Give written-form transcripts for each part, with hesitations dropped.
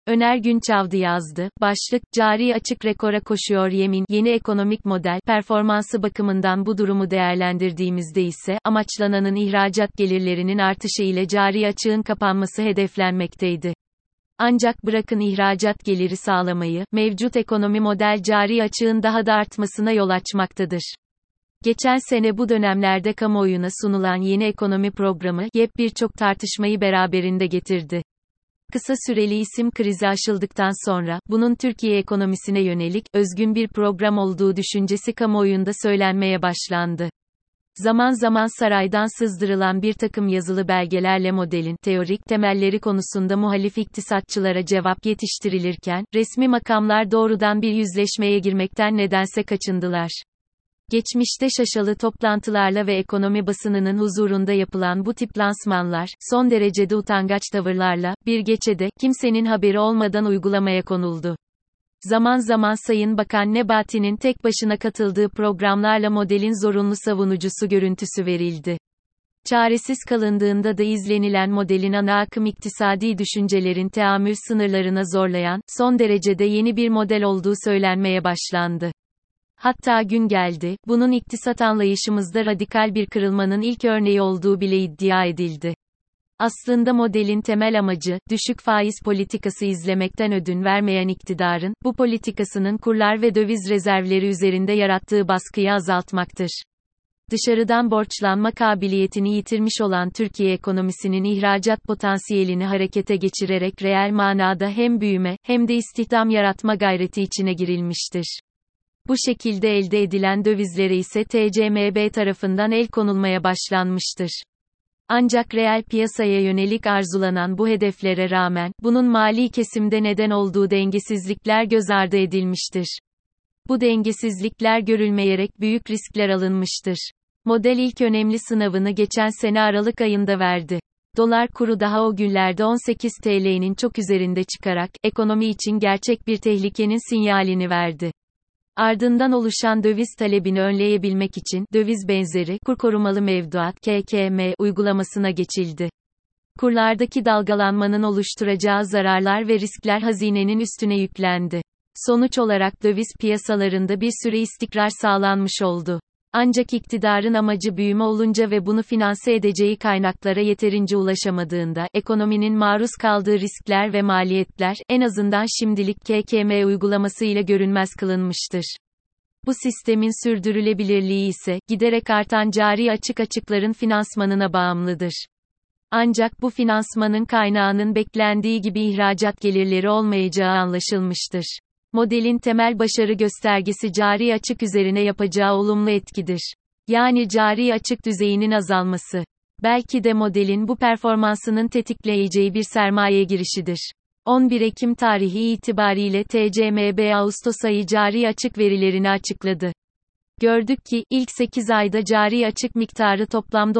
Öner Günçavdı yazdı. Başlık, cari açık rekora koşuyor yemin, yeni ekonomik model, performansı bakımından bu durumu değerlendirdiğimizde ise, amaçlananın ihracat gelirlerinin artışı ile cari açığın kapanması hedeflenmekteydi. Ancak bırakın ihracat geliri sağlamayı, mevcut ekonomi model cari açığın daha da artmasına yol açmaktadır. Geçen sene bu dönemlerde kamuoyuna sunulan yeni ekonomi programı, birçok tartışmayı beraberinde getirdi. Kısa süreli isim krizi aşıldıktan sonra, bunun Türkiye ekonomisine yönelik, özgün bir program olduğu düşüncesi kamuoyunda söylenmeye başlandı. Zaman zaman saraydan sızdırılan bir takım yazılı belgelerle modelin, teorik temelleri konusunda muhalif iktisatçılara cevap yetiştirilirken, resmi makamlar doğrudan bir yüzleşmeye girmekten nedense kaçındılar. Geçmişte şaşalı toplantılarla ve ekonomi basınının huzurunda yapılan bu tip lansmanlar, son derecede utangaç tavırlarla, bir gecede, kimsenin haberi olmadan uygulamaya konuldu. Zaman zaman Sayın Bakan Nebati'nin tek başına katıldığı programlarla modelin zorunlu savunucusu görüntüsü verildi. Çaresiz kalındığında da izlenilen modelin ana akım iktisadi düşüncelerin teamül sınırlarına zorlayan, son derecede yeni bir model olduğu söylenmeye başlandı. Hatta gün geldi, bunun iktisat anlayışımızda radikal bir kırılmanın ilk örneği olduğu bile iddia edildi. Aslında modelin temel amacı, düşük faiz politikası izlemekten ödün vermeyen iktidarın, bu politikasının kurlar ve döviz rezervleri üzerinde yarattığı baskıyı azaltmaktır. Dışarıdan borçlanma kabiliyetini yitirmiş olan Türkiye ekonomisinin ihracat potansiyelini harekete geçirerek reel manada hem büyüme, hem de istihdam yaratma gayreti içine girilmiştir. Bu şekilde elde edilen dövizlere ise TCMB tarafından el konulmaya başlanmıştır. Ancak reel piyasaya yönelik arzulanan bu hedeflere rağmen, bunun mali kesimde neden olduğu dengesizlikler göz ardı edilmiştir. Bu dengesizlikler görülmeyerek büyük riskler alınmıştır. Model ilk önemli sınavını geçen sene Aralık ayında verdi. Dolar kuru daha o günlerde 18 TL'nin çok üzerinde çıkarak, ekonomi için gerçek bir tehlikenin sinyalini verdi. Ardından oluşan döviz talebini önleyebilmek için, döviz benzeri, kur korumalı mevduat, KKM, uygulamasına geçildi. Kurlardaki dalgalanmanın oluşturacağı zararlar ve riskler hazinenin üstüne yüklendi. Sonuç olarak döviz piyasalarında bir süre istikrar sağlanmış oldu. Ancak iktidarın amacı büyüme olunca ve bunu finanse edeceği kaynaklara yeterince ulaşamadığında, ekonominin maruz kaldığı riskler ve maliyetler, en azından şimdilik KKM uygulaması ile görünmez kılınmıştır. Bu sistemin sürdürülebilirliği ise, giderek artan cari açıkların finansmanına bağımlıdır. Ancak bu finansmanın kaynağının beklendiği gibi ihracat gelirleri olmayacağı anlaşılmıştır. Modelin temel başarı göstergesi cari açık üzerine yapacağı olumlu etkidir. Yani cari açık düzeyinin azalması. Belki de modelin bu performansının tetikleyeceği bir sermaye girişidir. 11 Ekim tarihi itibariyle TCMB Ağustos ayı cari açık verilerini açıkladı. Gördük ki, ilk 8 ayda cari açık miktarı toplamda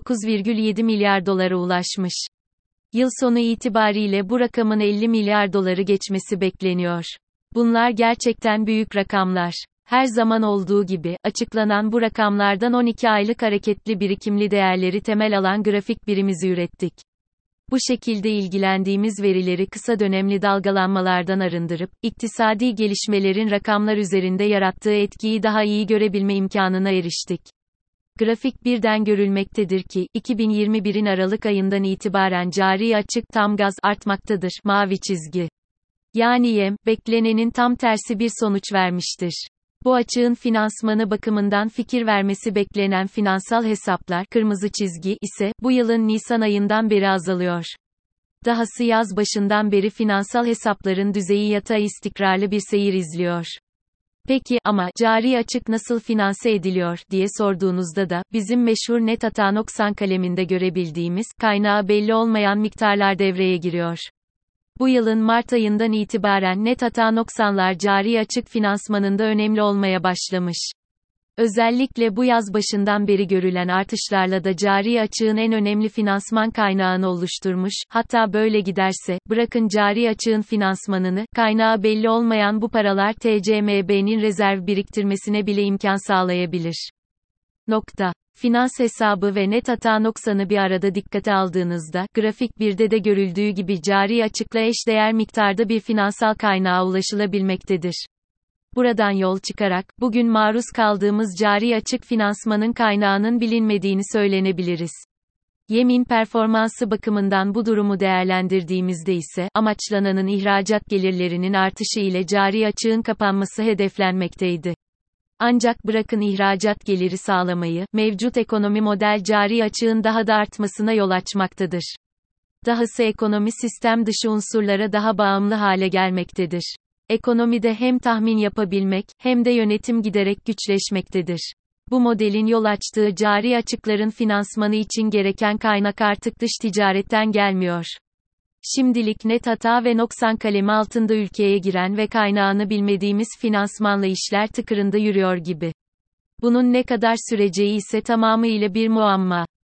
39,7 milyar dolara ulaşmış. Yıl sonu itibariyle bu rakamın 50 milyar doları geçmesi bekleniyor. Bunlar gerçekten büyük rakamlar. Her zaman olduğu gibi, açıklanan bu rakamlardan 12 aylık hareketli birikimli değerleri temel alan grafik birimizi ürettik. Bu şekilde ilgilendiğimiz verileri kısa dönemli dalgalanmalardan arındırıp, iktisadi gelişmelerin rakamlar üzerinde yarattığı etkiyi daha iyi görebilme imkanına eriştik. Grafik birden görülmektedir ki, 2021'in Aralık ayından itibaren cari açık tam gaz artmaktadır, mavi çizgi. Yani beklenenin tam tersi bir sonuç vermiştir. Bu açığın finansmanı bakımından fikir vermesi beklenen finansal hesaplar, kırmızı çizgi, ise, bu yılın Nisan ayından beri azalıyor. Dahası yaz başından beri finansal hesapların düzeyi yatay istikrarlı bir seyir izliyor. Peki, ama, cari açık nasıl finanse ediliyor, diye sorduğunuzda da, bizim meşhur net hata noksan kaleminde görebildiğimiz, kaynağı belli olmayan miktarlar devreye giriyor. Bu yılın Mart ayından itibaren net hata noksanlar cari açık finansmanında önemli olmaya başlamış. Özellikle bu yaz başından beri görülen artışlarla da cari açığın en önemli finansman kaynağını oluşturmuş, hatta böyle giderse, bırakın cari açığın finansmanını, kaynağı belli olmayan bu paralar TCMB'nin rezerv biriktirmesine bile imkan sağlayabilir. Finans hesabı ve net hata noksanı bir arada dikkate aldığınızda, grafik 1'de de görüldüğü gibi cari açıkla eşdeğer miktarda bir finansal kaynağa ulaşılabilmektedir. Buradan yol çıkarak, bugün maruz kaldığımız cari açık finansmanın kaynağının bilinmediğini söylenebiliriz. Yemin performansı bakımından bu durumu değerlendirdiğimizde ise, amaçlananın ihracat gelirlerinin artışı ile cari açığın kapanması hedeflenmekteydi. Ancak bırakın ihracat geliri sağlamayı, mevcut ekonomi model cari açığın daha da artmasına yol açmaktadır. Dahası ekonomi sistem dışı unsurlara daha bağımlı hale gelmektedir. Ekonomide hem tahmin yapabilmek, hem de yönetim giderek güçleşmektedir. Bu modelin yol açtığı cari açıkların finansmanı için gereken kaynak artık dış ticaretten gelmiyor. Şimdilik net hata ve noksan kalemi altında ülkeye giren ve kaynağını bilmediğimiz finansmanla işler tıkırında yürüyor gibi. Bunun ne kadar süreceği ise tamamıyla bir muamma.